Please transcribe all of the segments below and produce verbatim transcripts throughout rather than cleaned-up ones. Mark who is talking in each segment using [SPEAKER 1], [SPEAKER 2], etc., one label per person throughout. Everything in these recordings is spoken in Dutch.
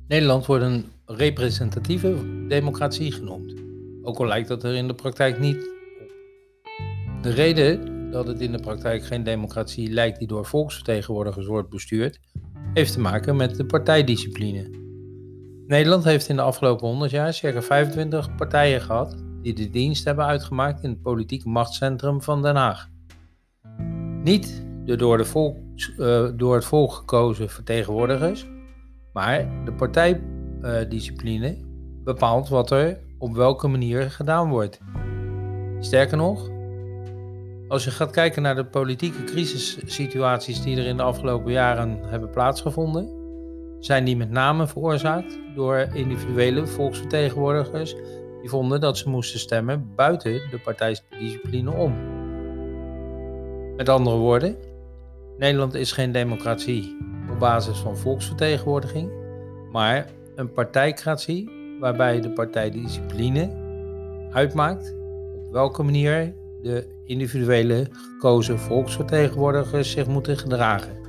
[SPEAKER 1] Nederland wordt een representatieve democratie genoemd, ook al lijkt dat er in de praktijk niet op. De reden dat het in de praktijk geen democratie lijkt die door volksvertegenwoordigers wordt bestuurd, heeft te maken met de partijdiscipline. Nederland heeft in de afgelopen honderd jaar circa vijfentwintig partijen gehad die de dienst hebben uitgemaakt in het politieke machtscentrum van Den Haag. Niet de door, de volks, uh, door het volk gekozen vertegenwoordigers, maar de partijdiscipline bepaalt wat er op welke manier gedaan wordt. Sterker nog, als je gaat kijken naar de politieke crisissituaties die er in de afgelopen jaren hebben plaatsgevonden, zijn die met name veroorzaakt door individuele volksvertegenwoordigers die vonden dat ze moesten stemmen buiten de partijdiscipline om. Met andere woorden, Nederland is geen democratie op basis van volksvertegenwoordiging, maar een partijcratie waarbij de partijdiscipline uitmaakt op welke manier de individuele gekozen volksvertegenwoordigers zich moeten gedragen.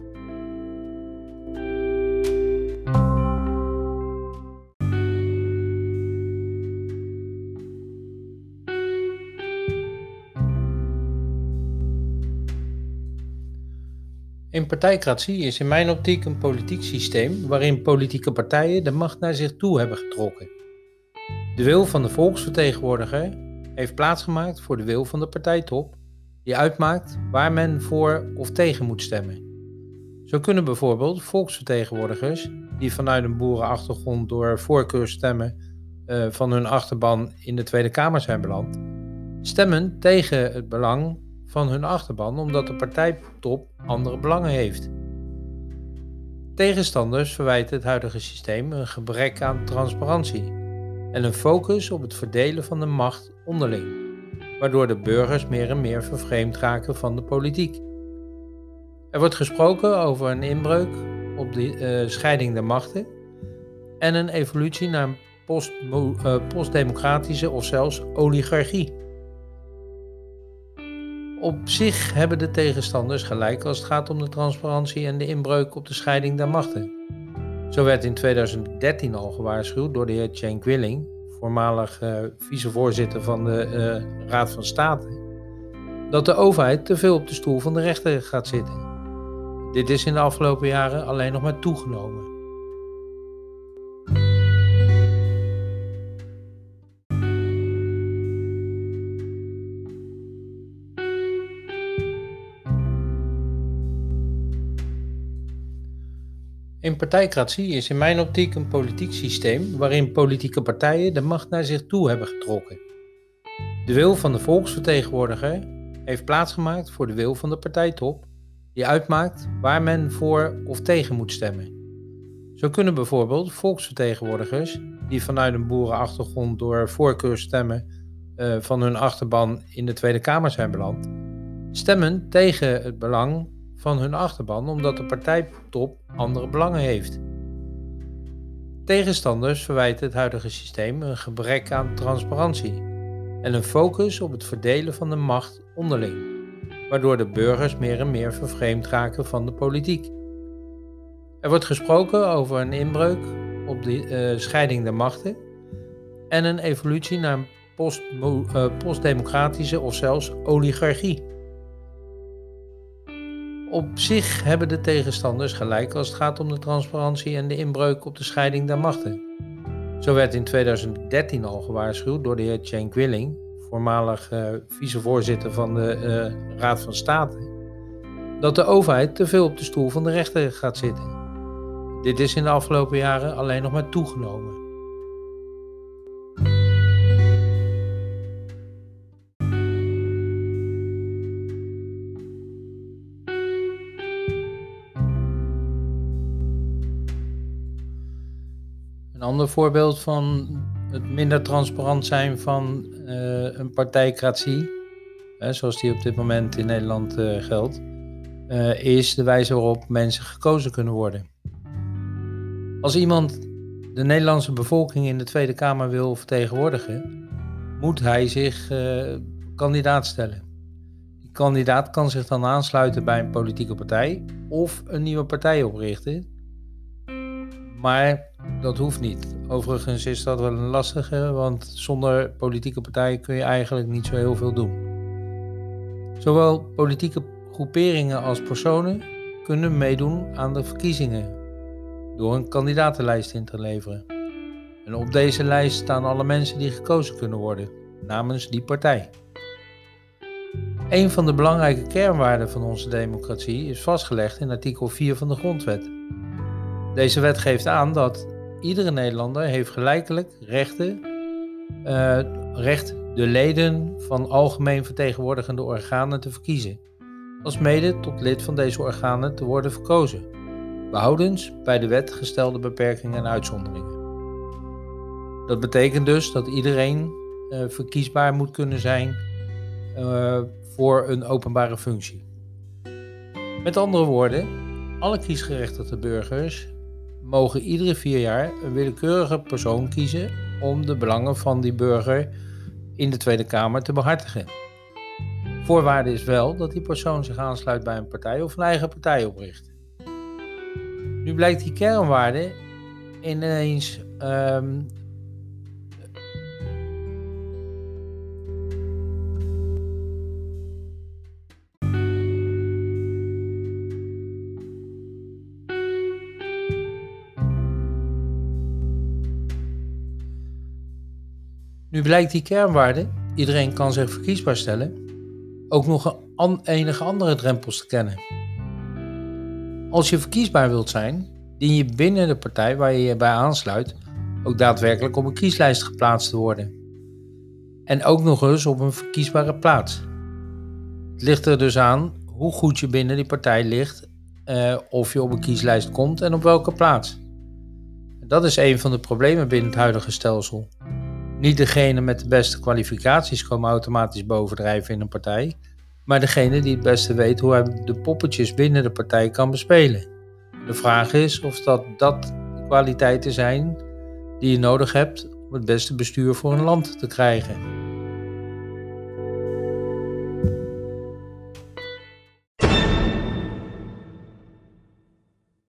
[SPEAKER 1] Een partijcratie is in mijn optiek een politiek systeem waarin politieke partijen de macht naar zich toe hebben getrokken. De wil van de volksvertegenwoordiger heeft plaatsgemaakt voor de wil van de partijtop, die uitmaakt waar men voor of tegen moet stemmen. Zo kunnen bijvoorbeeld volksvertegenwoordigers, die vanuit een boerenachtergrond door voorkeurstemmen uh, van hun achterban in de Tweede Kamer zijn beland, stemmen tegen het belang van hun achterban omdat de partijtop andere belangen heeft. Tegenstanders verwijten het huidige systeem een gebrek aan transparantie en een focus op het verdelen van de macht onderling, waardoor de burgers meer en meer vervreemd raken van de politiek. Er wordt gesproken over een inbreuk op de uh, scheiding der machten en een evolutie naar een post, uh, postdemocratische of zelfs oligarchie. Op zich hebben de tegenstanders gelijk als het gaat om de transparantie en de inbreuk op de scheiding der machten. Zo werd in tweeduizend dertien al gewaarschuwd door de heer Cenk Willing, voormalig uh, vicevoorzitter van de uh, Raad van State, dat de overheid te veel op de stoel van de rechter gaat zitten. Dit is in de afgelopen jaren alleen nog maar toegenomen. Een partijcratie is in mijn optiek een politiek systeem waarin politieke partijen de macht naar zich toe hebben getrokken. De wil van de volksvertegenwoordiger heeft plaatsgemaakt voor de wil van de partijtop, die uitmaakt waar men voor of tegen moet stemmen. Zo kunnen bijvoorbeeld volksvertegenwoordigers, die vanuit een boerenachtergrond door voorkeurstemmen uh, van hun achterban in de Tweede Kamer zijn beland, stemmen tegen het belang van hun achterban omdat de partijtop andere belangen heeft. Tegenstanders verwijten het huidige systeem een gebrek aan transparantie en een focus op het verdelen van de macht onderling, waardoor de burgers meer en meer vervreemd raken van de politiek. Er wordt gesproken over een inbreuk op de uh, scheiding der machten en een evolutie naar een post, uh, postdemocratische of zelfs oligarchie. Op zich hebben de tegenstanders gelijk als het gaat om de transparantie en de inbreuk op de scheiding der machten. Zo werd in tweeduizend dertien al gewaarschuwd door de heer Cenk Willing, voormalig uh, vicevoorzitter van de uh, Raad van State, dat de overheid te veel op de stoel van de rechter gaat zitten. Dit is in de afgelopen jaren alleen nog maar toegenomen. Een ander voorbeeld van het minder transparant zijn van uh, een partijcratie, hè, zoals die op dit moment in Nederland uh, geldt, uh, is de wijze waarop mensen gekozen kunnen worden. Als iemand de Nederlandse bevolking in de Tweede Kamer wil vertegenwoordigen, moet hij zich uh, kandidaat stellen. Die kandidaat kan zich dan aansluiten bij een politieke partij of een nieuwe partij oprichten, Maar dat hoeft niet. Overigens is dat wel een lastige, want zonder politieke partijen kun je eigenlijk niet zo heel veel doen. Zowel politieke groeperingen als personen kunnen meedoen aan de verkiezingen door een kandidatenlijst in te leveren. En op deze lijst staan alle mensen die gekozen kunnen worden namens die partij. Een van de belangrijke kernwaarden van onze democratie is vastgelegd in artikel vier van de Grondwet. Deze wet geeft aan dat iedere Nederlander heeft gelijkelijk rechten, uh, recht de leden van algemeen vertegenwoordigende organen te verkiezen, als mede tot lid van deze organen te worden verkozen, behoudens bij de wet gestelde beperkingen en uitzonderingen. Dat betekent dus dat iedereen uh, verkiesbaar moet kunnen zijn uh, voor een openbare functie. Met andere woorden, alle kiesgerechtigde burgers mogen iedere vier jaar een willekeurige persoon kiezen om de belangen van die burger in de Tweede Kamer te behartigen. Voorwaarde is wel dat die persoon zich aansluit bij een partij of een eigen partij opricht. Nu blijkt die kernwaarde ineens um, Nu blijkt die kernwaarde, iedereen kan zich verkiesbaar stellen, ook nog een enige andere drempels te kennen. Als je verkiesbaar wilt zijn, dien je binnen de partij waar je je bij aansluit ook daadwerkelijk op een kieslijst geplaatst te worden. En ook nog eens op een verkiesbare plaats. Het ligt er dus aan hoe goed je binnen die partij ligt, uh, of je op een kieslijst komt en op welke plaats. Dat is een van de problemen binnen het huidige stelsel. Niet degene met de beste kwalificaties komen automatisch bovendrijven in een partij, maar degene die het beste weet hoe hij de poppetjes binnen de partij kan bespelen. De vraag is of dat, dat de kwaliteiten zijn die je nodig hebt om het beste bestuur voor een land te krijgen.